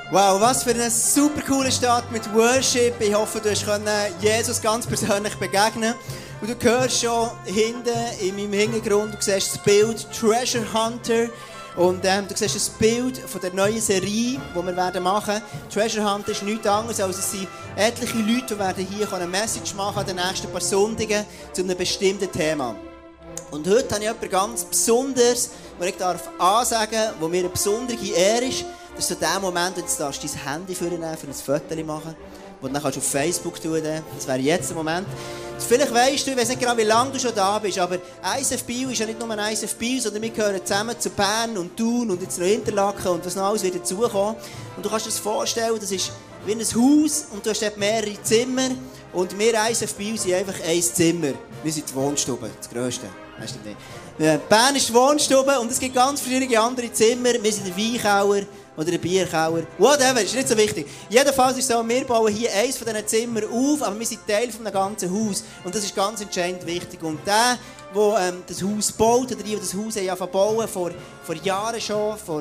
Wow, was für ein super cooler Start mit Worship. Ich hoffe, du konntest Jesus ganz persönlich begegnen. Und du hörst schon hinten in meinem Hintergrund, du siehst das Bild Treasure Hunter. Und du siehst das Bild von der neuen Serie, die wir machen werden. Treasure Hunter ist nichts anderes, als es sind etliche Leute, die werden hier eine Message machen an den nächsten paar Sonntagen zu einem bestimmten Thema. Und heute habe ich jemanden ganz Besonderes, den ich ansagen darf, wo mir eine besondere Ehre ist. Das ist so der Moment, wo du dein Handy vornehmen für ein Foto machen, das du dann auf Facebook tun kannst. Das wäre jetzt der Moment. Vielleicht weisst du, ich weiss nicht genau, wie lange du schon da bist, aber ISF Biel ist ja nicht nur ein ISF Biel, sondern wir gehören zusammen zu Bern und Thun und jetzt noch Interlaken und was noch alles wieder dazukommen. Und du kannst dir das vorstellen, das ist wie ein Haus und du hast dort mehrere Zimmer und wir ISF Biel sind einfach ein Zimmer. Wir sind die Wohnstube, das Grösste. Weißt du nicht? Bern ist die Wohnstube und es gibt ganz viele andere Zimmer. Wir sind der Weinkauer oder der Bierkauer. Whatever, ist nicht so wichtig. Jedenfalls ist es so, wir bauen hier eines von diesen Zimmern auf, aber wir sind Teil von einem ganzen Haus. Und das ist ganz entscheidend wichtig. Und der das Haus baut, oder die das Haus haben bauen, vor Jahren schon, vor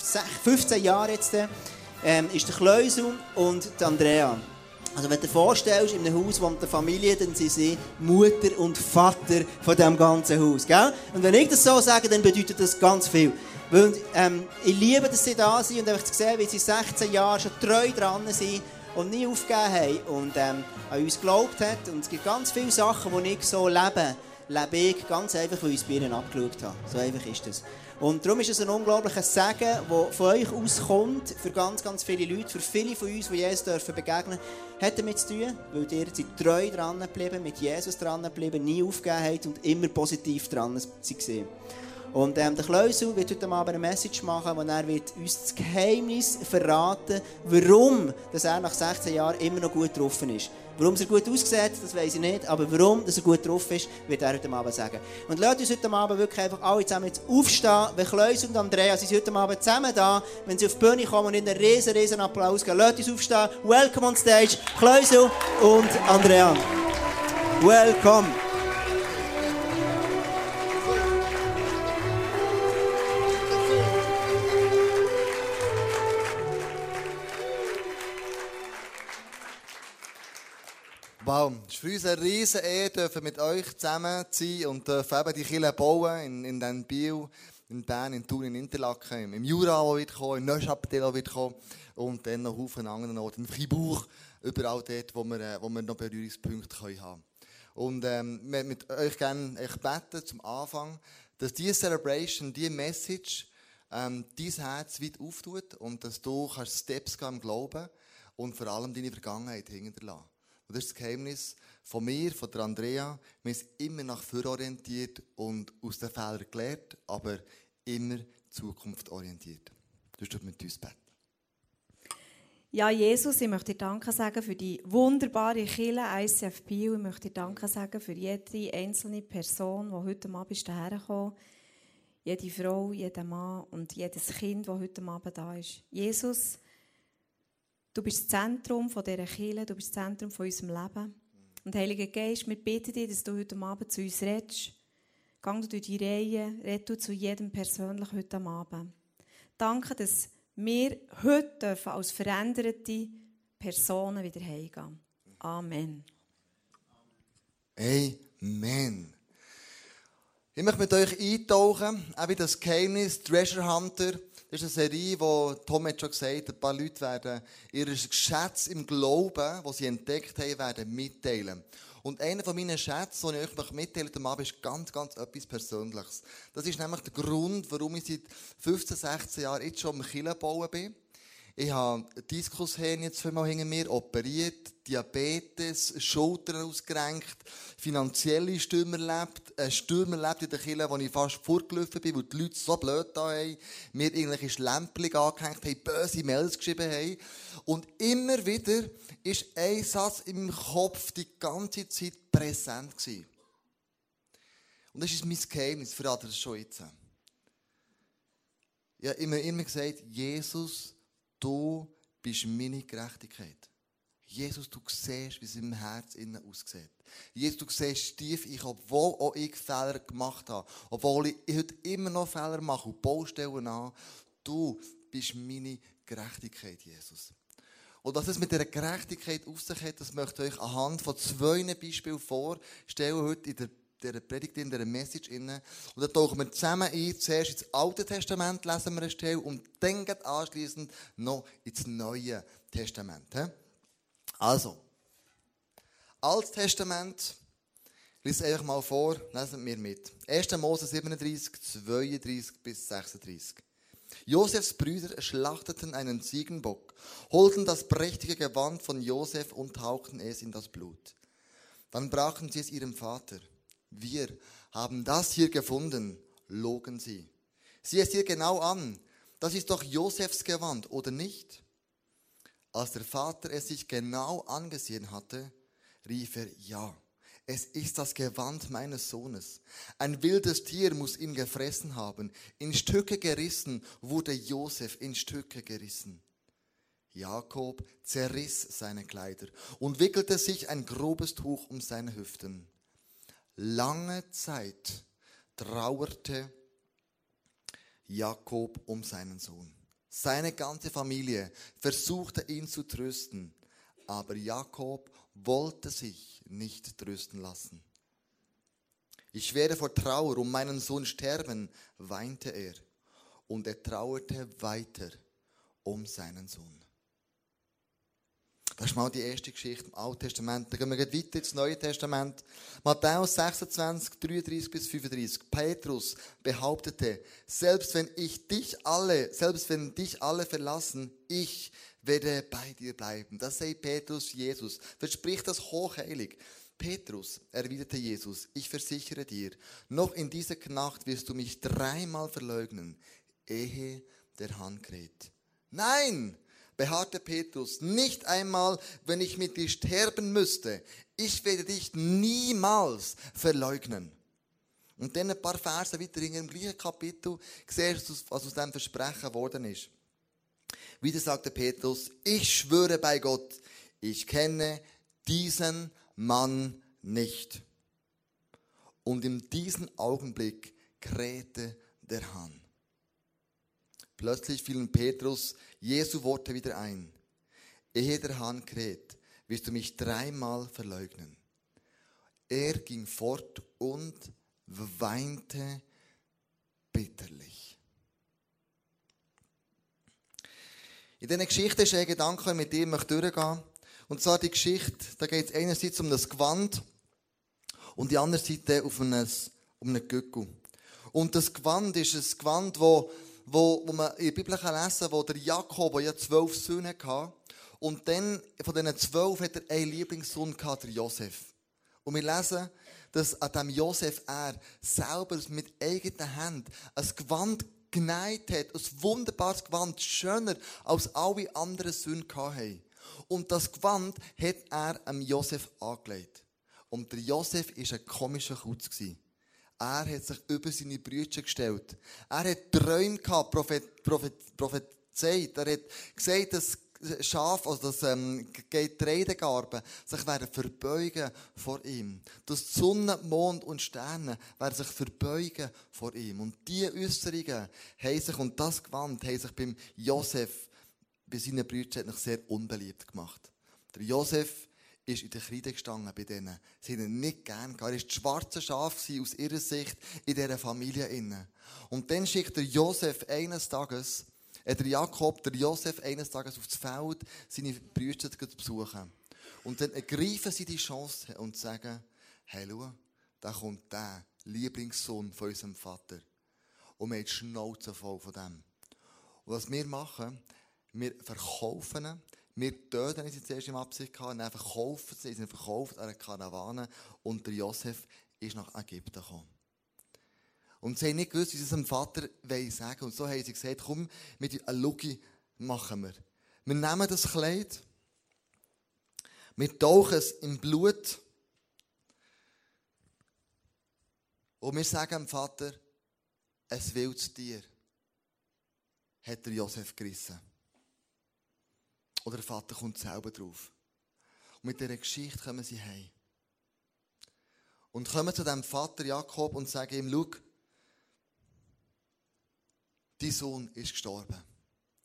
15 Jahren jetzt, ist der Kleusel und die Andrea. Also wenn du dir vorstellst, in einem Haus wohnt eine Familie, dann sind sie Mutter und Vater von diesem ganzen Haus. Gell? Und wenn ich das so sage, dann bedeutet das ganz viel. Weil ich liebe, dass sie da sind und einfach zu sehen, wie sie 16 Jahre schon treu dran sind und nie aufgegeben haben und an uns geglaubt haben. Und es gibt ganz viele Sachen, die ich so lebe ich ganz einfach, weil ich es bei ihnen abgeschaut habe. So einfach ist das. Und darum ist es ein unglaubliches Segen, das von euch auskommt, für ganz, ganz viele Leute, für viele von uns, die Jesus begegnen dürfen, hat damit zu tun, weil ihr seid treu dran geblieben, mit Jesus dran geblieben, nie aufgegeben habt und immer positiv dran seid. Und der Kleusel wird heute Abend eine Message machen, wo er wird uns das Geheimnis verraten, warum dass er nach 16 Jahren immer noch gut drauf ist. Warum er gut aussieht, das weiss ich nicht, aber warum dass er gut drauf ist, wird er heute Abend sagen. Und lasst uns heute Abend wirklich einfach alle zusammen jetzt aufstehen, weil Kleusel und Andrea sind heute Abend zusammen da, wenn sie auf die Bühne kommen und in einen riesen Applaus geben. Lasst uns aufstehen, welcome on stage, Kleusel und Andrea. Welcome. Wow, es ist für uns eine riesen Ehre, mit euch zusammen zu sein und eben die Kirche bauen in den Biel, in Bern, in Thun, in Interlaken, im Jura, wo wird kommen, in Neuchâtel, wo wird kommen und dann noch Haufen anderen Orten, in Fribourg, überall dort, wo wir noch Berührungspunkte haben können. Und wir mit euch gerne beten zum Anfang, dass diese Celebration, diese Message dein Herz weit auftut und dass du kannst Steps gehen im Glauben und vor allem deine Vergangenheit hinterlassen. Und das ist das Geheimnis von mir, von der Andrea. Wir sind immer nach vorne orientiert und aus den Fehlern gelernt, aber immer zukunftsorientiert. Du musst mit uns beten. Ja, Jesus, ich möchte dir Danke sagen für die wunderbare Kirche ICF Biel. Ich möchte dir Danke sagen für jede einzelne Person, die heute Abend hierher gekommen ist. Jede Frau, jeder Mann und jedes Kind, das heute Abend da ist. Jesus, du bist das Zentrum dieser Kirche, du bist das Zentrum von unserem Leben. Und Heiliger Geist, wir bitten dich, dass du heute Abend zu uns redest. Geh du durch die Reihe, red du zu jedem persönlich heute Abend. Danke, dass wir heute als veränderte Personen wieder heimgehen. Amen. Amen. Ich möchte mit euch eintauchen, auch in das Geheimnis Treasure Hunter. Das ist eine Serie, wo Tom hat schon gesagt, ein paar Leute werden ihre Schätze im Glauben, die sie entdeckt haben, werden mitteilen. Und einer von meinen Schätzen, den ich euch mitteilen möchte, ist ganz, ganz etwas Persönliches. Das ist nämlich der Grund, warum ich seit 15, 16 Jahren jetzt schon am Kirche bauen bin. Ich habe Diskushernie jetzt zweimal hinter mir operiert, Diabetes, Schultern ausgerenkt, finanzielle Stürme erlebt, ein Sturm erlebt in der Kirche, wo ich fast fortgelaufen bin, weil die Leute so blöd da haben, mir irgendwelche Lämpchen angehängt haben, böse Mails geschrieben haben. Und immer wieder ist ein Satz in meinem Kopf die ganze Zeit präsent gewesen. Und das ist mein Geheimnis, verrate das schon jetzt. Ich habe immer gesagt, Jesus, du bist meine Gerechtigkeit. Jesus, du siehst, wie es in meinem Herz innen aussieht. Jesus, du siehst tief ich, obwohl auch ich Fehler gemacht habe. Obwohl ich heute immer noch Fehler mache und Baustellen an. Du bist meine Gerechtigkeit, Jesus. Und was es mit dieser Gerechtigkeit auf sich hat, das möchte ich euch anhand von 2 Beispielen vorstellen, heute in dieser Predigt, in dieser Message. Und dann tauchen wir zusammen ein, zuerst ins Alte Testament lesen wir eine Stelle und dann anschliessend noch ins Neue Testament. Also, Altes Testament, lese einfach mal vor, lesen wir mit. 1. Mose 37, 32 bis 36. Josefs Brüder schlachteten einen Ziegenbock, holten das prächtige Gewand von Josef und tauchten es in das Blut. Dann brachten sie es ihrem Vater. Wir haben das hier gefunden, logen sie. Sieh es dir genau an, das ist doch Josefs Gewand, oder nicht? Als der Vater es sich genau angesehen hatte, rief er, ja, es ist das Gewand meines Sohnes. Ein wildes Tier muss ihn gefressen haben. In Stücke gerissen wurde Josef, in Stücke gerissen. Jakob zerriss seine Kleider und wickelte sich ein grobes Tuch um seine Hüften. Lange Zeit trauerte Jakob um seinen Sohn. Seine ganze Familie versuchte ihn zu trösten, aber Jakob wollte sich nicht trösten lassen. Ich werde vor Trauer um meinen Sohn sterben, weinte er, und er trauerte weiter um seinen Sohn. Das ist mal die erste Geschichte im Alten Testament. Dann gehen wir weiter ins Neue Testament. Matthäus 26, 33 bis 35. Petrus behauptete, selbst wenn dich alle verlassen, ich werde bei dir bleiben. Das sagt Petrus Jesus. Verspricht das hochheilig. Petrus, erwiderte Jesus, ich versichere dir, noch in dieser Nacht wirst du mich 3-mal verleugnen, ehe der Hahn kräht. Nein, beharrte Petrus, nicht einmal, wenn ich mit dir sterben müsste. Ich werde dich niemals verleugnen. Und dann ein paar Verse weiter in dem gleichen Kapitel siehst du, was aus diesem Versprechen geworden ist. Wieder sagte Petrus, ich schwöre bei Gott, ich kenne diesen Mann nicht. Und in diesem Augenblick krähte der Hahn. Plötzlich fielen Petrus Jesu Worte wieder ein. Ehe der Hahn kräht, wirst du mich 3-mal verleugnen. Er ging fort und weinte bitterlich. In dieser Geschichte ist ein Gedanke, der mit dir durchgehen möchte. Und zwar die Geschichte, da geht es einerseits um das Gewand und die andere Seite um einen Gückel. Und das Gewand ist ein Gewand, wo man in der Bibel lesen kann, wo der Jakob, der ja 12 Söhne hatte, und dann von diesen 12 hat er einen Lieblingssohn gehabt, der Josef. Und wir lesen, dass an diesem Josef er selber mit eigenen Händen ein Gewand genäht hat, ein wunderbares Gewand, schöner als alle anderen Söhne hatten. Und das Gewand hat er dem Josef angelegt. Und der Josef war ein komischer Kauz. Er hat sich über seine Brüder gestellt. Er hat Träume gehabt, prophezeit. Er hat gesagt, dass Schaf, also das Getreidegarben, sich werden verbeugen vor ihm. Dass die Sonne, Mond und Sterne werden sich verbeugen vor ihm. Und diese Äußerungen haben sich, und das Gewand, haben sich beim Josef, bei seinen Brüdern, sehr unbeliebt gemacht. Der Josef ist in der Kreide gestanden bei denen. Sie haben ihn nicht gern gehabt. Er war das schwarze Schaf aus ihrer Sicht in dieser Familie inne. Und dann schickt der Jakob eines Tages aufs Feld, seine Brüder zu besuchen. Und dann ergreifen sie die Chance und sagen, hey, schau, da kommt der Lieblingssohn von unserem Vater. Und wir haben die Schnauze voll von dem. Und was wir machen, wir verkaufen ihn. Wir töten sie zuerst im Absicht und dann verkaufen sie, sind verkauft an einer Karawane und der Josef ist nach Ägypten gekommen. Und sie haben nicht gewusst, wie sie es dem Vater sagen wollen. Und so haben sie gesagt, komm, mit einer Lugi machen wir. Wir nehmen das Kleid, wir tauchen es im Blut und wir sagen dem Vater, ein wildes Tier hat der Josef gerissen. Oder der Vater kommt selber drauf. Und mit dieser Geschichte kommen sie heim. Und kommen zu dem Vater Jakob und sagen ihm, schau, dein Sohn ist gestorben.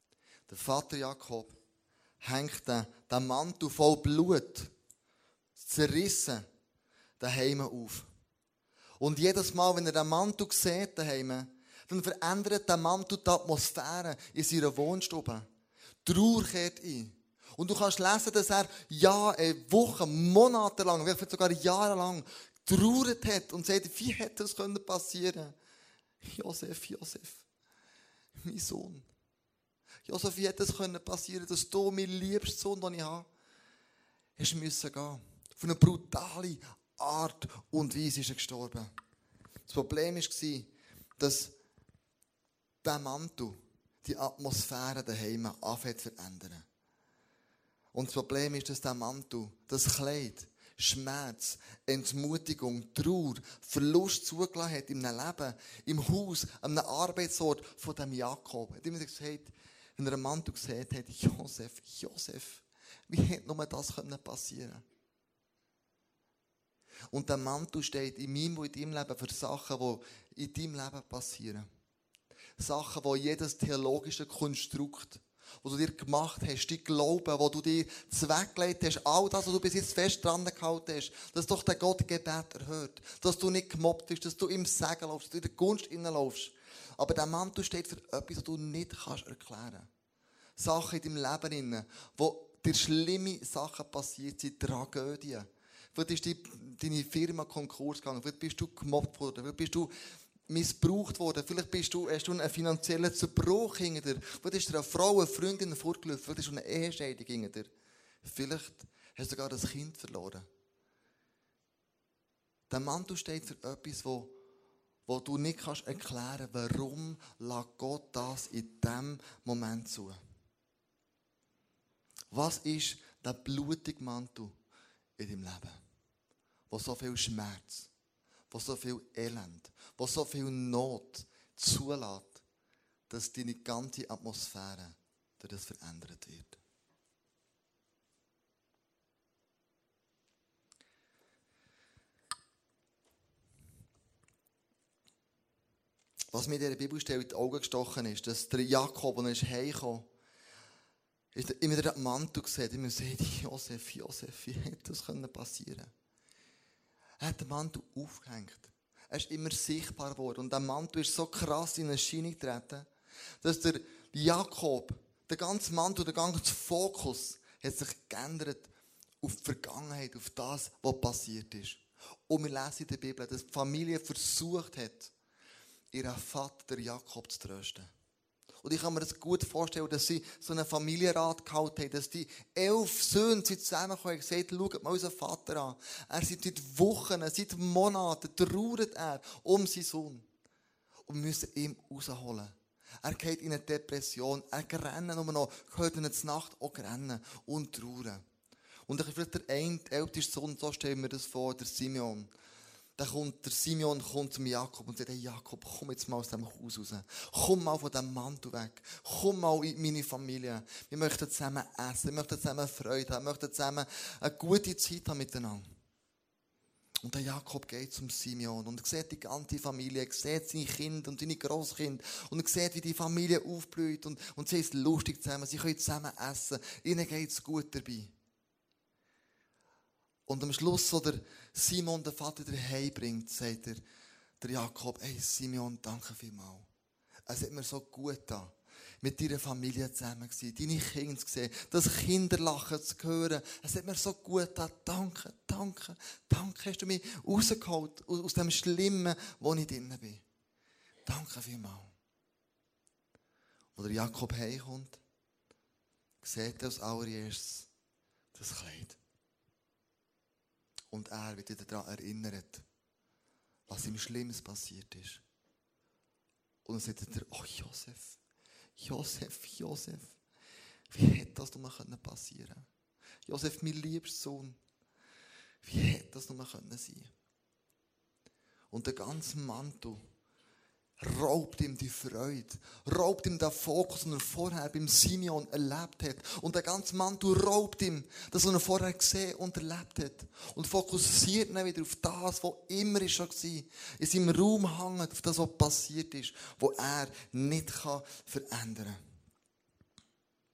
Der Vater Jakob hängt den Mantel voll Blut, zerrissen, daheim auf. Und jedes Mal, wenn er den Mantel sieht daheim, dann verändert der Mantel die Atmosphäre in seiner Wohnstube. Trauer kehrt ein. Und du kannst lesen, dass er Wochen, Monate lang, vielleicht sogar jahrelang trauert hat und sagt, wie hätte das passieren können? Josef, mein Sohn. Josef, wie hätte es passieren können, dass du, mein liebster Sohn, den ich habe, hast müssen gehen. Auf eine brutale Art und Weise ist er gestorben. Das Problem war, dass der Mantel die Atmosphäre daheim anfängt zu verändern. Und das Problem ist, dass der Mantel, das Kleid, Schmerz, Entmutigung, Trauer, Verlust zugelassen hat in einem Leben, im Haus, an einem Arbeitsort von dem Jakob. Er hat immer gesagt, wenn er einen Mantel gesehen hat, Josef, wie hätte nur das passieren können? Und der Mantel steht in meinem und in deinem Leben für Sachen, die in deinem Leben passieren. Sachen, die jedes theologische Konstrukt, das du dir gemacht hast, dein Glauben, wo du dir zweckgelegt hast, all das, was du bis jetzt fest dran gehalten hast, dass doch der Gott Gebet erhört, dass du nicht gemobbt bist, dass du im Segen laufst, dass du in der Gunst hineinlaufst. Aber der Mantel steht für etwas, das du nicht erklären kannst. Sachen in deinem Leben, wo dir schlimme Sachen passiert sind, Tragödien. Vielleicht ist deine Firma Konkurs gegangen, vielleicht bist du gemobbt worden, vielleicht bist du missbraucht worden, vielleicht hast du einen finanziellen Zerbruch hinter dir, vielleicht ist dir eine Frau, eine Freundin fortgelaufen, vielleicht ist du eine Ehescheidung hinter dir, vielleicht hast du sogar das Kind verloren. Der Mantel steht für etwas, wo du nicht erklären kannst, warum lässt Gott das in diesem Moment zu. Was ist der blutige Mantel in deinem Leben, wo so viel Schmerz, wo so viel Elend, wo so viel Not zulässt, dass deine ganze Atmosphäre durch das verändert wird? Was mir in dieser Bibelstelle in die Augen gestochen ist, dass der Jakob, als er heimkam, ist immer wieder den Mantel gesehen. Ich muss sagen, Josef, wie hätte das passieren können? Er hat den Mantel aufgehängt. Er ist immer sichtbar geworden. Und der Mantel ist so krass in Erscheinung getreten, dass der Jakob, der ganze Mantel, der ganze Fokus hat sich geändert auf die Vergangenheit, auf das, was passiert ist. Und wir lesen in der Bibel, dass die Familie versucht hat, ihren Vater, der Jakob, zu trösten. Und ich kann mir das gut vorstellen, dass sie so einen Familienrat gehalten haben, dass die 11 Söhne zusammengekommen und gesagt haben, schaut mal unseren Vater an. Er seit Wochen, seit Monaten trauert er um seinen Sohn. Und wir müssen ihn rausholen. Er geht in eine Depression, er rennt nur noch, hört in der Nacht auch rennen und trauern. Und dann ist vielleicht der älteste Sohn, so stellen wir das vor, der Simeon. Der Simeon kommt zum Jakob und sagt, hey Jakob, komm jetzt mal aus diesem Haus raus. Komm mal von diesem Mantel weg. Komm mal in meine Familie. Wir möchten zusammen essen, wir möchten zusammen Freude haben, wir möchten zusammen eine gute Zeit haben miteinander. Und der Jakob geht zum Simeon und er sieht die ganze Familie, er sieht seine Kinder und seine Grosskinder und er sieht, wie die Familie aufblüht und sie ist lustig zusammen, sie können zusammen essen, ihnen geht es gut dabei. Und am Schluss, wo der Simon den Vater wieder heimbringt, sagt der Jakob, hey Simeon, danke vielmals. Es hat mir so gut getan, mit deiner Familie zusammen zu sein, deine Kinder zu sehen, das Kinderlachen zu hören. Es hat mir so gut getan. Danke, hast du mich rausgeholt aus dem Schlimmen, wo ich drin bin. Danke vielmals. Als der Jakob heimkommt, sieht er als allererstes das Kleid. Und er wird wieder daran erinnert, was ihm Schlimmes passiert ist. Und dann sagt er, oh Josef, wie hätte das nur passieren können? Josef, mein liebster Sohn, wie hätte das nur sein können? Und der ganze Mantel raubt ihm die Freude, raubt ihm den Fokus, den er vorher beim Simeon erlebt hat. Und der ganze Mantel raubt ihm, das, was er vorher gesehen und erlebt hat. Und fokussiert ihn wieder auf das, was immer schon war. In seinem Raum hängt, auf das, was passiert ist, was er nicht verändern kann.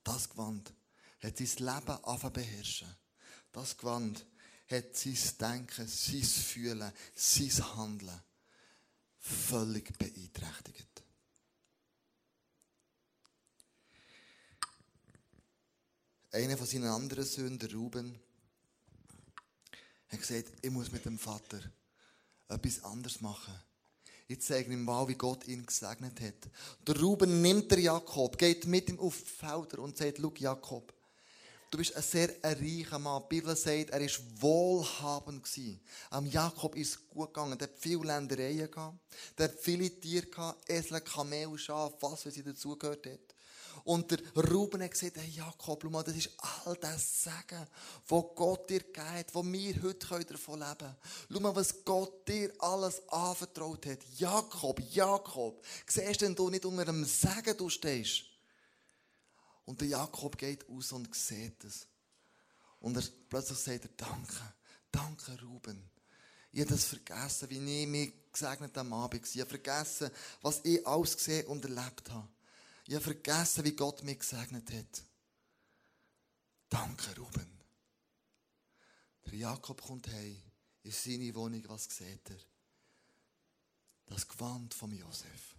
das Gewand hat sein Leben angefangen zu beherrschen. Das Gewand hat sein Denken, sein Fühlen, sein Handeln völlig beeinträchtigt. Einer von seinen anderen Söhnen, der Ruben, hat gesagt, ich muss mit dem Vater etwas anderes machen. Ich zeige ihm mal, wie Gott ihn gesegnet hat. Der Ruben nimmt den Jakob, geht mit ihm auf die Felder und sagt, schau Jakob, du bist ein sehr reicher Mann. Die Bibel sagt, er war wohlhabend. Am Jakob ist es gut gegangen. Er hat viele Ländereien gehabt. Er hat viele Tiere gehabt. Esel, Kamel, Schaf, was sie dazugehört hat. Und der Ruben hat gesagt, hey Jakob, schau mal, das ist all das Segen, das Gott dir gegeben hat, das wir heute davon leben können. Schau mal, was Gott dir alles anvertraut hat. Jakob, siehst denn du nicht unter einem Segen du stehst? Und der Jakob geht aus und sieht es. Und plötzlich sagt er, danke Ruben. Ich habe das vergessen, wie ich mich gesegnet am Abend war. Ich habe vergessen, was ich alles gesehen und erlebt habe. Ich habe vergessen, wie Gott mich gesegnet hat. Danke, Ruben. Der Jakob kommt heim in seine Wohnung. Was sieht er? Das Gewand von Josef.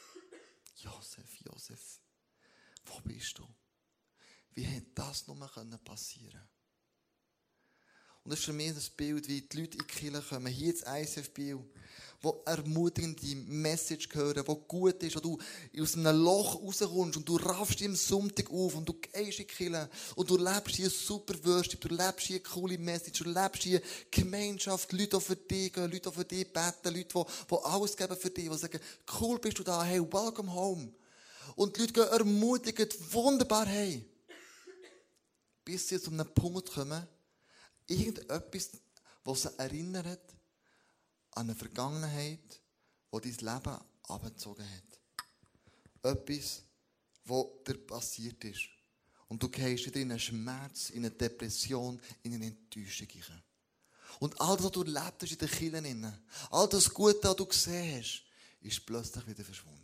Josef, wo bist du? Wie hätte das nur passieren können? Und das ist für mich das Bild, wie die Leute in die Kirche kommen, hier ins ICF Biel, die ermutigende Message hören, die gut ist, wo du aus einem Loch rauskommst und du raffst dich am Sonntag auf und du gehst in die Kirche und du lebst hier super Worship, du lebst hier eine coole Message, du lebst hier Gemeinschaft, Leute, die für dich gehen, Leute, die für dich beten, Leute, die alles geben für dich, die sagen, cool bist du da, hey, welcome home. Und die Leute gehen ermutigend, wunderbar heim. Bis sie zu einem Punkt kommen, irgendetwas, was sie erinnert an eine Vergangenheit, die dein Leben abgezogen hat. Etwas, was dir passiert ist. Und du gehst wieder in einen Schmerz, in eine Depression, in eine Enttäuschung hinein. Und all das, was du erlebt hast in den Kirchen, all das Gute, was du gesehen hast, ist plötzlich wieder verschwunden.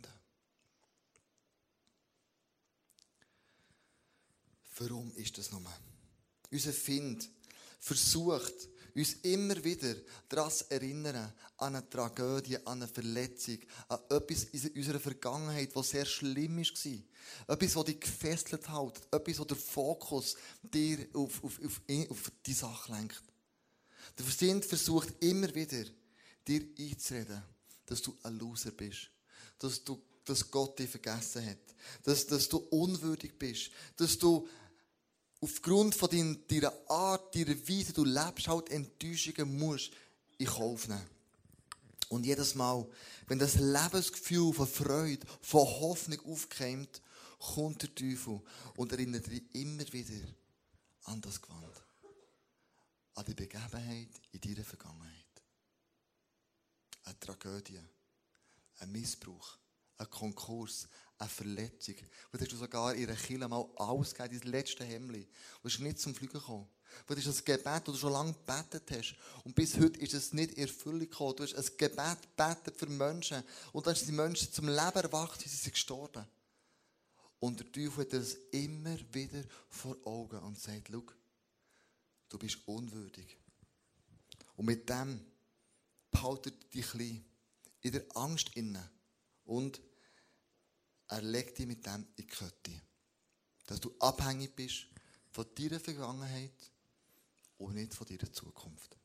Warum ist das nur? Unser Find versucht, uns immer wieder daran zu erinnern, an eine Tragödie, an eine Verletzung, an etwas in unserer Vergangenheit, was sehr schlimm war. Etwas, das dich gefesselt hält, etwas, das den Fokus dir auf die Sache lenkt. Der Verstand versucht immer wieder, dir einzureden, dass du ein Loser bist, dass Gott dich vergessen hat, dass du unwürdig bist, dass du aufgrund von deiner Art, deiner Weise, du lebst, halt Enttäuschungen musst in Kauf nehmen. Und jedes Mal, wenn das Lebensgefühl von Freude, von Hoffnung aufkommt, kommt der Teufel und erinnert dich immer wieder an das Gewand. An die Begebenheit in deiner Vergangenheit. Eine Tragödie, ein Missbrauch, ein Konkurs, eine Verletzung. Wo hast du sogar in einer Kirche mal alles gegeben, dein letzte Hemdli. Du bist nicht zum Fliegen gekommen. Wo hast das Gebet, das du schon lange gebetet hast. Und bis heute ist es nicht in Erfüllung gekommen. Du hast ein Gebet gebetet für Menschen. Und dann sind die Menschen zum Leben erwacht, sie sind gestorben. Und der Teufel hat das immer wieder vor Augen und sagt, schau, du bist unwürdig. Und mit dem behaltet dich klein, in der Angst inne. Und er legt dich mit dem in die Kette. Dass du abhängig bist von deiner Vergangenheit und nicht von deiner Zukunft.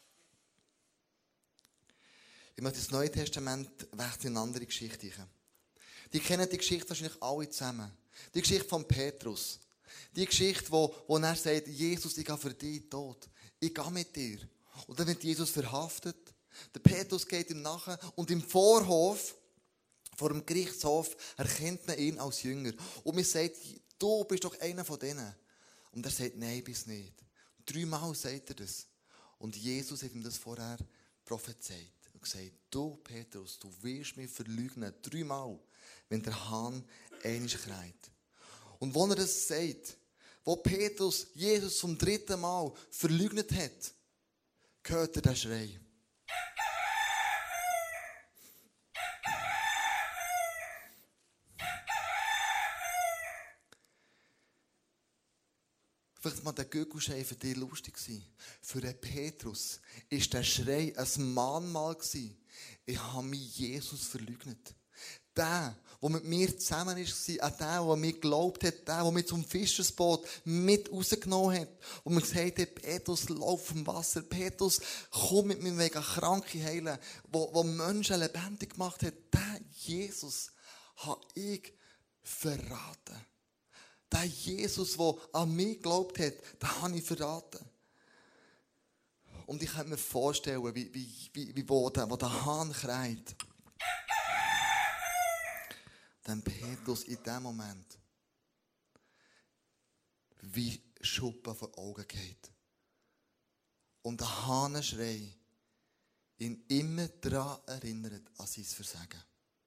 Ich möchte das Neue Testament wechseln in eine andere Geschichte. Die kennen die Geschichte wahrscheinlich alle zusammen. Die Geschichte von Petrus. Die Geschichte, wo er sagt, Jesus, ich gehe für dich tot. Ich gehe mit dir. Und dann wird Jesus verhaftet. Der Petrus geht ihm nachher und im Vorhof, vor dem Gerichtshof, erkennt man ihn als Jünger. Und man sagt, du bist doch einer von denen. Und er sagt, nein, bist nicht. 3-mal sagt er das. Und Jesus hat ihm das vorher prophezeit. Und gesagt, du Petrus, du wirst mich verleugnen. 3-mal, wenn der Hahn einmal schreit. Und wo er das sagt, wo Petrus Jesus zum 3. Mal verleugnet hat, hört er den Schrei. Vielleicht mal der Göckelschrei für dich lustig gewesen. Für den Petrus war der Schrei ein Mahnmal gewesen. Ich habe mich Jesus verleugnet. Der mit mir zusammen war, der mir geglaubt hat, der mich zum Fischersboot mit rausgenommen hat. Und mir gesagt hat, Petrus, lauf im Wasser. Petrus, komm mit mir wegen Kranke heilen. Wo Menschen lebendig gemacht hat. Der Jesus habe ich verraten. Der Jesus, der an mich geglaubt hat, den habe ich verraten. Und ich kann mir vorstellen, wo der Hahn schreit. Dann Petrus in dem Moment wie Schuppen vor Augen geht. Und der Hahnenschrei ihn immer daran erinnert an sein Versagen.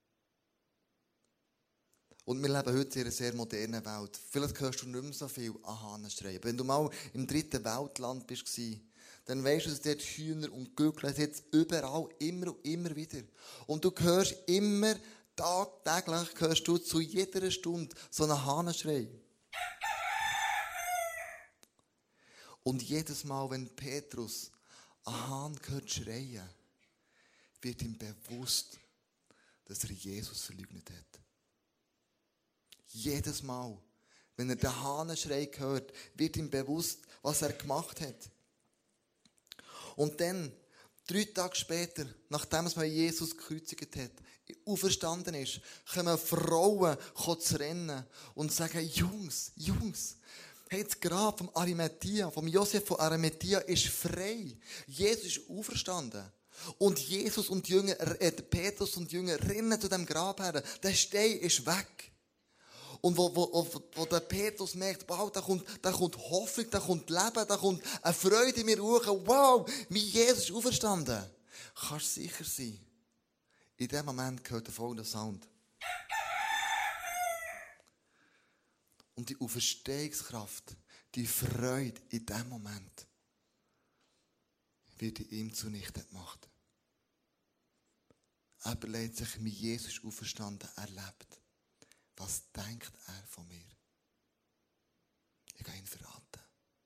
Und wir leben heute in einer sehr modernen Welt. Vielleicht hörst du nicht mehr so viel an Hahnenschrei. Wenn du mal im dritten Weltland warst, dann weisst du, dass dort Hühner und Gückel jetzt überall, immer und immer wieder. Und du hörst immer, tagtäglich hörst du zu jeder Stunde so einen Hahnenschrei. Und jedes Mal, wenn Petrus einen Hahn hört schreien, wird ihm bewusst, dass er Jesus verleugnet hat. Jedes Mal, wenn er den Hahnenschrei hört, wird ihm bewusst, was er gemacht hat. Und dann, 3 Tage später, nachdem es Jesus gekreuzigt hat, auferstanden ist, kommen Frauen zu rennen und sagen, Jungs, hey, das Grab vom Arimathea, vom Josef von Arimathea ist frei. Jesus ist auferstanden. Und Jesus und die Jünger, Petrus und die Jünger rennen zu dem Grab her. Der Stein ist weg. Und wo der Petrus merkt, wow, da kommt Hoffnung, da kommt Leben, da kommt eine Freude in mir hoch. Wow, wie Jesus ist auferstanden. Kannst du sicher sein. In dem Moment gehört der folgende Sound. Und die Auferstehungskraft, die Freude in dem Moment, wird in ihm zunichte gemacht. Er überlegt sich, wie Jesus auferstanden erlebt. Was denkt er von mir? Ich kann ihn verraten.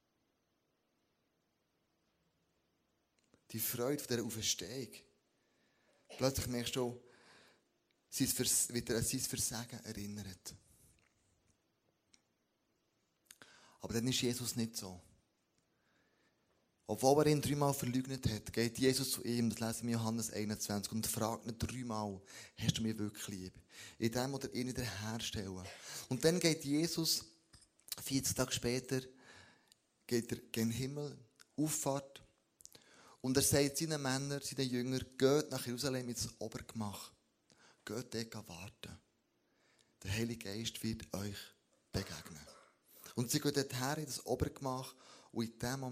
Die Freude von dieser Auferstehung. Plötzlich merkst du, wird er an sein Versagen erinnert. Aber dann ist Jesus nicht so. Obwohl er ihn 3-mal verleugnet hat, geht Jesus zu ihm, das lesen wir in Johannes 21, und fragt ihn 3-mal, hast du mich wirklich lieb? In dem oder ihn wieder herstellen. Und dann geht Jesus, 40 Tage später, geht er gen Himmel, Auffahrt, und er sagt seinen Männern, seinen Jüngern, geht nach Jerusalem ins Obergemach. Geht dort warten. Der Heilige Geist wird euch begegnen. Und sie gehen dorthin in das Obergemach, und in dem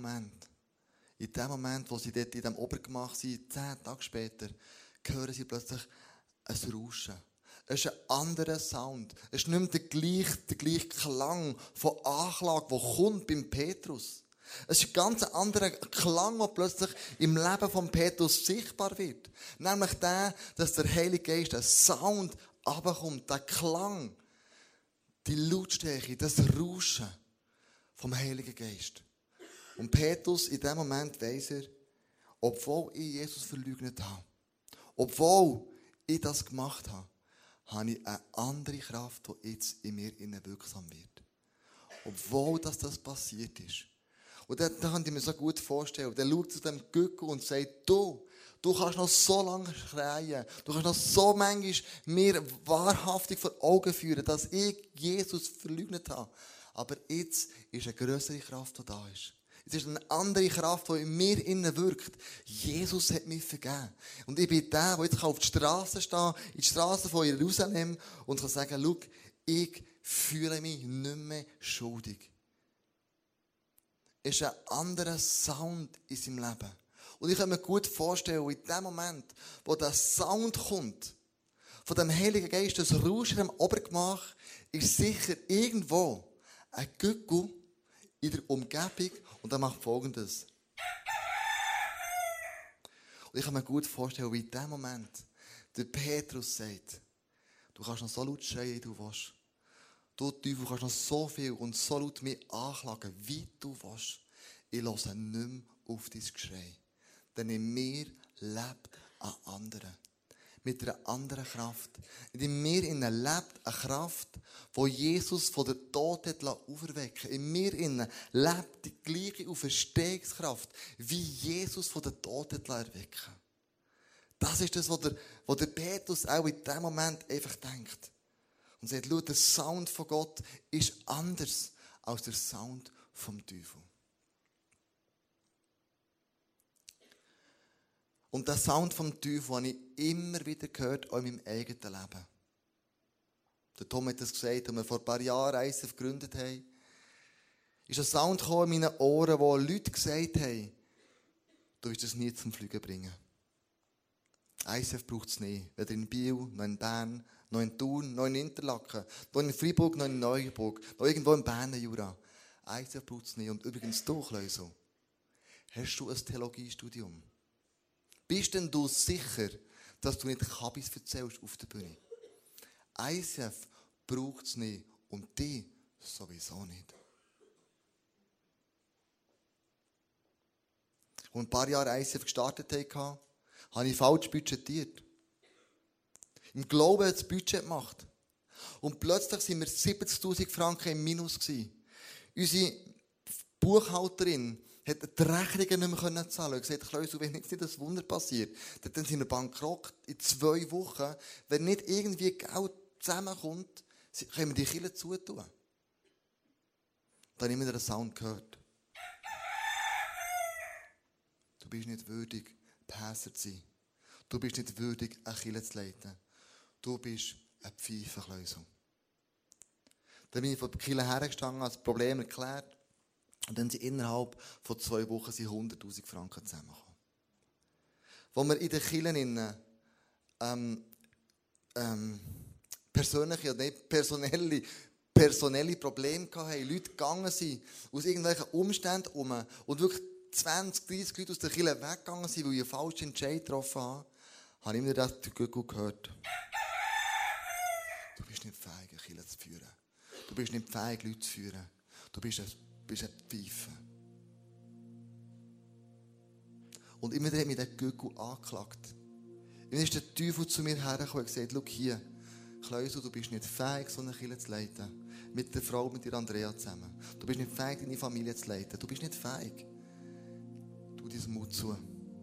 Moment, wo sie dort in diesem Obergemach sind, 10 Tage später, hören sie plötzlich ein Rauschen. Es ist ein anderer Sound. Es ist nicht mehr der gleiche Klang von Anklage, der kommt beim Petrus. Es ist ein ganz anderer Klang, der plötzlich im Leben von Petrus sichtbar wird. Nämlich der, dass der Heilige Geist, der Sound runterkommt, der Klang, die Lautstärke, das Rauschen vom Heiligen Geist. Und Petrus, in dem Moment weiss er, obwohl ich Jesus verleugnet habe, obwohl ich das gemacht habe, habe ich eine andere Kraft, die jetzt in mir wirksam wird. Obwohl das passiert ist. Und da kann ich mir so gut vorstellen. Der schaut zu dem Gückel und sagt, du kannst noch so lange schreien, du kannst noch so manchmal mir wahrhaftig vor Augen führen, dass ich Jesus verleugnet habe. Aber jetzt ist eine grössere Kraft, die da ist. Es ist eine andere Kraft, die in mir innen wirkt. Jesus hat mich vergeben. Und ich bin der jetzt auf die Straße stehen, in die Straße von Jerusalem, und kann sagen, schau, ich fühle mich nicht mehr schuldig. Es ist ein anderer Sound in seinem Leben. Und ich kann mir gut vorstellen, in dem Moment, wo der Sound kommt, von dem Heiligen Geist, das Rauschen im Obergemach, ist sicher irgendwo ein Gückel in der Umgebung, und er macht Folgendes. Und ich kann mir gut vorstellen, wie in dem Moment der Petrus sagt, du kannst noch so laut schreien, wie du willst. du Teufel kannst noch so viel und so laut mich anklagen, wie du willst. Ich höre nicht mehr auf dein Geschrei. Denn in mir lebt ein anderer. Mit einer anderen Kraft. In mir lebt eine Kraft, die Jesus von der Toten auferwecken lässt. In mir lebt die gleiche Auferstehungskraft, wie Jesus von der Toten erwecken. Das ist das, was der Petrus auch in diesem Moment einfach denkt. Und sagt, schau, der Sound von Gott ist anders als der Sound vom Teufel. Und den Sound vom Teufel habe ich immer wieder gehört, auch in meinem eigenen Leben. Der Tom hat das gesagt, als wir vor ein paar Jahren ICF gegründet haben. Ist ein Sound gekommen in meinen Ohren, wo Leute gesagt haben, du wirst es nie zum Fliegen bringen. ICF braucht es nicht. Weder in Biel, noch in Bern, noch in Thun, noch in Interlaken, noch in Freiburg, noch in Neuenburg, noch irgendwo in Berner Jura. ICF braucht es nicht. Und übrigens du, Kleusel, hast du ein Theologiestudium? Bist denn du sicher, dass du nicht Kabis erzählst auf der Bühne? ICF braucht es nicht und die sowieso nicht. Als ein paar Jahre ICF gestartet hatte, habe ich falsch budgetiert. Im Glauben hat das Budget gemacht. Und plötzlich waren wir 70'000 Franken im Minus gewesen. Unsere Buchhalterin hat die Rechnungen nicht mehr zahlen können. Sie hat gesagt, Kleusel, wenn jetzt nicht das Wunder passiert, dann sind wir bankrott in 2 Wochen. Wenn nicht irgendwie Geld zusammenkommt, können wir die Kirche zutun. Dann habe ich wieder einen Sound gehört. Du bist nicht würdig, Pastor zu sein. Du bist nicht würdig, eine Kirche zu leiten. Du bist ein Pfeife, Kleusel. Dann bin ich vor der Kirche hergestanden, habe das Problem erklärt. Und dann sind innerhalb von 2 Wochen 100'000 Franken zusammengekommen. Wo wir in den Kirchen persönliche oder nicht personelle Probleme hatten, Leute gegangen sind, aus irgendwelchen Umständen herum und wirklich 20, 30 Leute aus der Kirche weggegangen sind, weil ich einen falschen Entscheid getroffen habe, habe ich immer das gut gehört. Du bist nicht fähig, eine Kirche zu führen. Du bist nicht fähig, Leute zu führen. Du bist eine Pfeife. Und immer hat mich der Göckel angeklagt. Immer ist der Teufel zu mir hergekommen und gesagt, schau hier, Kleusel, du bist nicht fähig, so eine Kirche zu leiten. Mit der Frau, mit der Andrea zusammen. Du bist nicht fähig, deine Familie zu leiten. Du bist nicht fähig. Tu deinen Mut zu.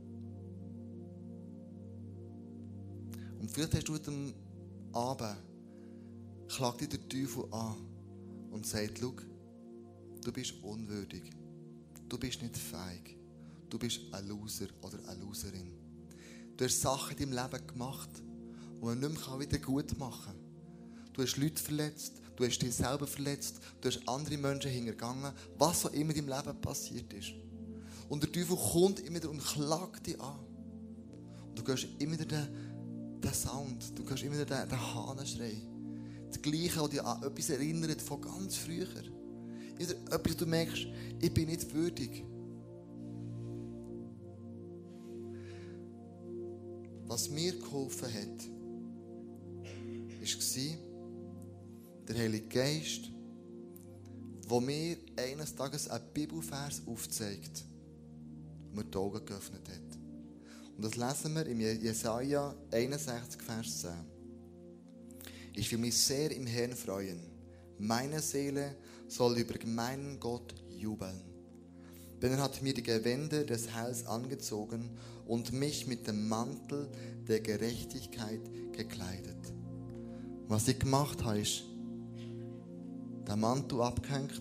Und vielleicht hast du heute Abend, klagt dich der Teufel an und sagt, schau, du bist unwürdig. Du bist nicht fähig. Du bist ein Loser oder eine Loserin. Du hast Sachen in deinem Leben gemacht, die man nicht mehr wieder gut machen kann. Du hast Leute verletzt, du hast dich selber verletzt, du hast andere Menschen hintergangen, was auch immer in deinem Leben passiert ist. Und der Teufel kommt immer wieder und klagt dich an. Und du hörst immer wieder den Sound, du hörst immer wieder den Hahnenschrei. Das Gleiche, das dich an etwas erinnert von ganz früher. Wieder etwas, du merkst, ich bin nicht würdig. Was mir geholfen hat, war der Heilige Geist, der mir eines Tages einen Bibelvers aufzeigt und mir die Augen geöffnet hat. Und das lesen wir im Jesaja 61, Vers 10. Ich will mich sehr im Herrn freuen. Meine Seele soll über meinen Gott jubeln. Denn er hat mir die Gewänder des Heils angezogen und mich mit dem Mantel der Gerechtigkeit gekleidet. Was ich gemacht habe, ist, den Mantel abgehängt.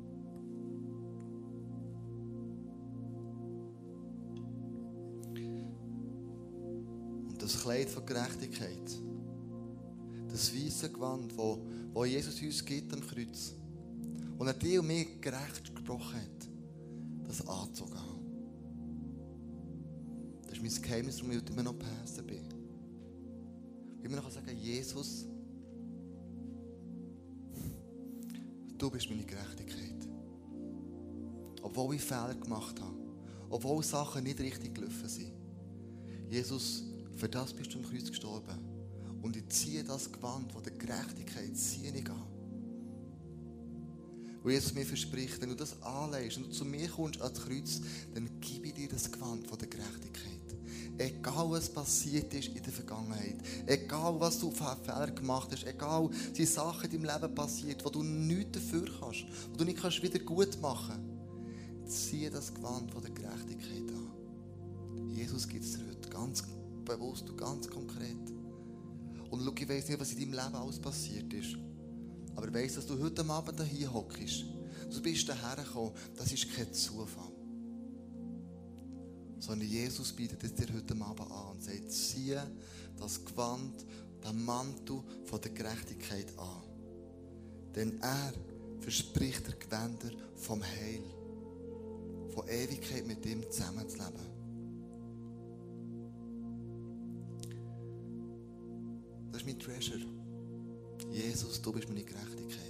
Und das Kleid von Gerechtigkeit, das weiße Gewand, wo Jesus uns gibt am Kreuz, und er dir und mir gerecht gesprochen hat, das angezogen haben. Das ist mein Geheimnis, warum ich immer noch Pastor bin. Ich immer noch sagen, Jesus, du bist meine Gerechtigkeit. Obwohl ich Fehler gemacht habe, obwohl Sachen nicht richtig gelaufen sind. Jesus, für das bist du am Kreuz gestorben. Und ich ziehe das Gewand von der Gerechtigkeit, ziehe ich an. Und Jesus mir verspricht, wenn du das anlegst und du zu mir kommst ans Kreuz, dann gebe ich dir das Gewand von der Gerechtigkeit. Egal was passiert ist in der Vergangenheit, egal was du für Fehler gemacht hast, egal die Sachen in deinem Leben passiert, wo du nichts dafür kannst, wo du nicht kannst wieder gut machen, ziehe das Gewand von der Gerechtigkeit an. Jesus gibt es dir heute ganz bewusst und ganz konkret. Und schau, ich weiss nicht, was in deinem Leben alles passiert ist. Aber ich weiss, dass du heute Abend hier hockst. Du bist hierher gekommen. Das ist kein Zufall. Sondern Jesus bietet es dir heute Abend an und sagt, ziehe das Gewand, den Mantel von der Gerechtigkeit an. Denn er verspricht der Gewänder vom Heil, von Ewigkeit mit ihm zusammenzuleben. Das ist mein Treasure. Jesus, du bist meine Gerechtigkeit.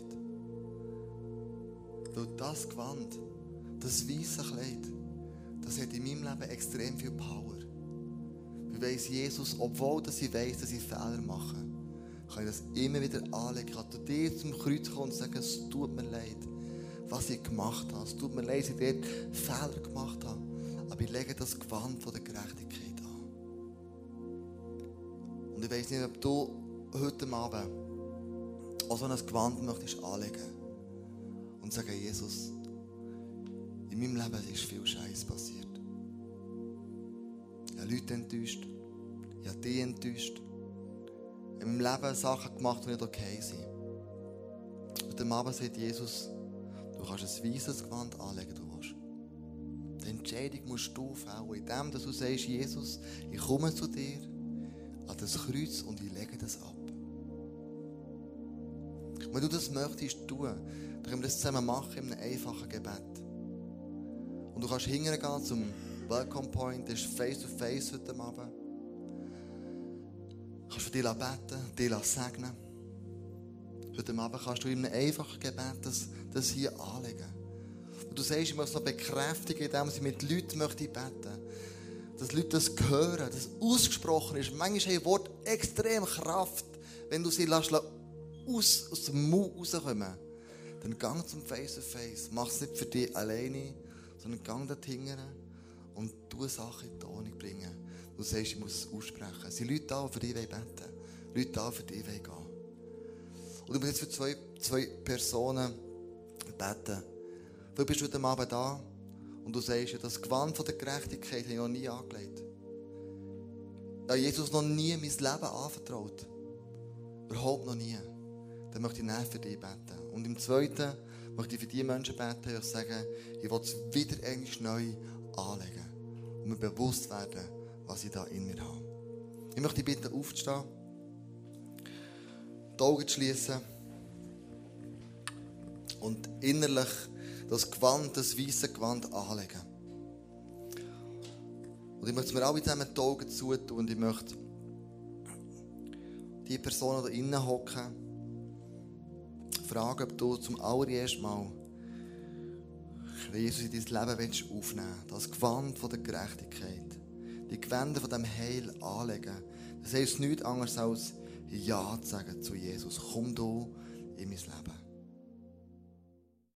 Weil das Gewand, das weisse Kleid, das hat in meinem Leben extrem viel Power. Ich weiss, Jesus, obwohl ich weiss, dass ich Fehler mache, kann ich das immer wieder anlegen. Ich kann zu dir zum Kreuz kommen und sagen, es tut mir leid, was ich gemacht habe. Es tut mir leid, dass ich dort Fehler gemacht habe. Aber ich lege das Gewand von der Gerechtigkeit an. Und ich weiss nicht, ob du heute Abend auch so ein Gewand möchtest anlegen und sagen, Jesus, in meinem Leben ist viel Scheiß passiert. Ich habe Leute enttäuscht, ich habe dich enttäuscht. Ich habe in meinem Leben Sachen gemacht, die nicht okay sind. Und am Abend sagt Jesus, du kannst ein weißes Gewand anlegen, du willst. Die Entscheidung musst du fällen, indem du sagst, Jesus, ich komme zu dir an das Kreuz und ich lege das ab. Wenn du das möchtest tun, dann können wir das zusammen machen in einem einfachen Gebet. Und du kannst hingehen zum Welcome Point, das ist face-to-face heute Abend. Du kannst für dich beten, dich segnen. Heute Abend kannst du in einem einfachen Gebet das hier anlegen. Und du sagst, ich muss noch bekräftigen, indem ich mit Leuten beten möchte. Dass Leute das hören, dass ausgesprochen ist. Manchmal haben Worte extrem Kraft, wenn du sie lässt, aus dem Mund rauskommen. Dann gang zum Face-to-Face. Mach es nicht für dich alleine, sondern gang dorthin und tu Sachen in die Ordnung bringen. Du sagst, ich muss es aussprechen. Es sind Leute da, die für dich beten wollen. Leute da, die für dich gehen wollen. Und du musst jetzt für zwei Personen beten. Du bist heute Abend da und du sagst, das Gewand von der Gerechtigkeit habe ich noch nie angelegt. Ich habe Jesus noch nie mein Leben anvertraut. Überhaupt noch nie. Dann möchte ich näher für dich beten. Und im Zweiten möchte ich für die Menschen beten, die sagen, ich will es wieder einmal neu anlegen. Und mir bewusst werden, was ich da in mir habe. Ich möchte dich bitten, aufzustehen, die Augen zu schließen und innerlich das Gewand, das weisse Gewand anlegen. Und ich möchte mir alle zusammen die Augen zutun und ich möchte die Person, die da innen hocken, fragen, ob du zum allerersten Mal Jesus in dein Leben aufnehmen willst. Das Gewand von der Gerechtigkeit. Die Gewänder von dem Heil anlegen. Das heisst nichts anderes als Ja zu sagen zu Jesus. Komm du in mein Leben.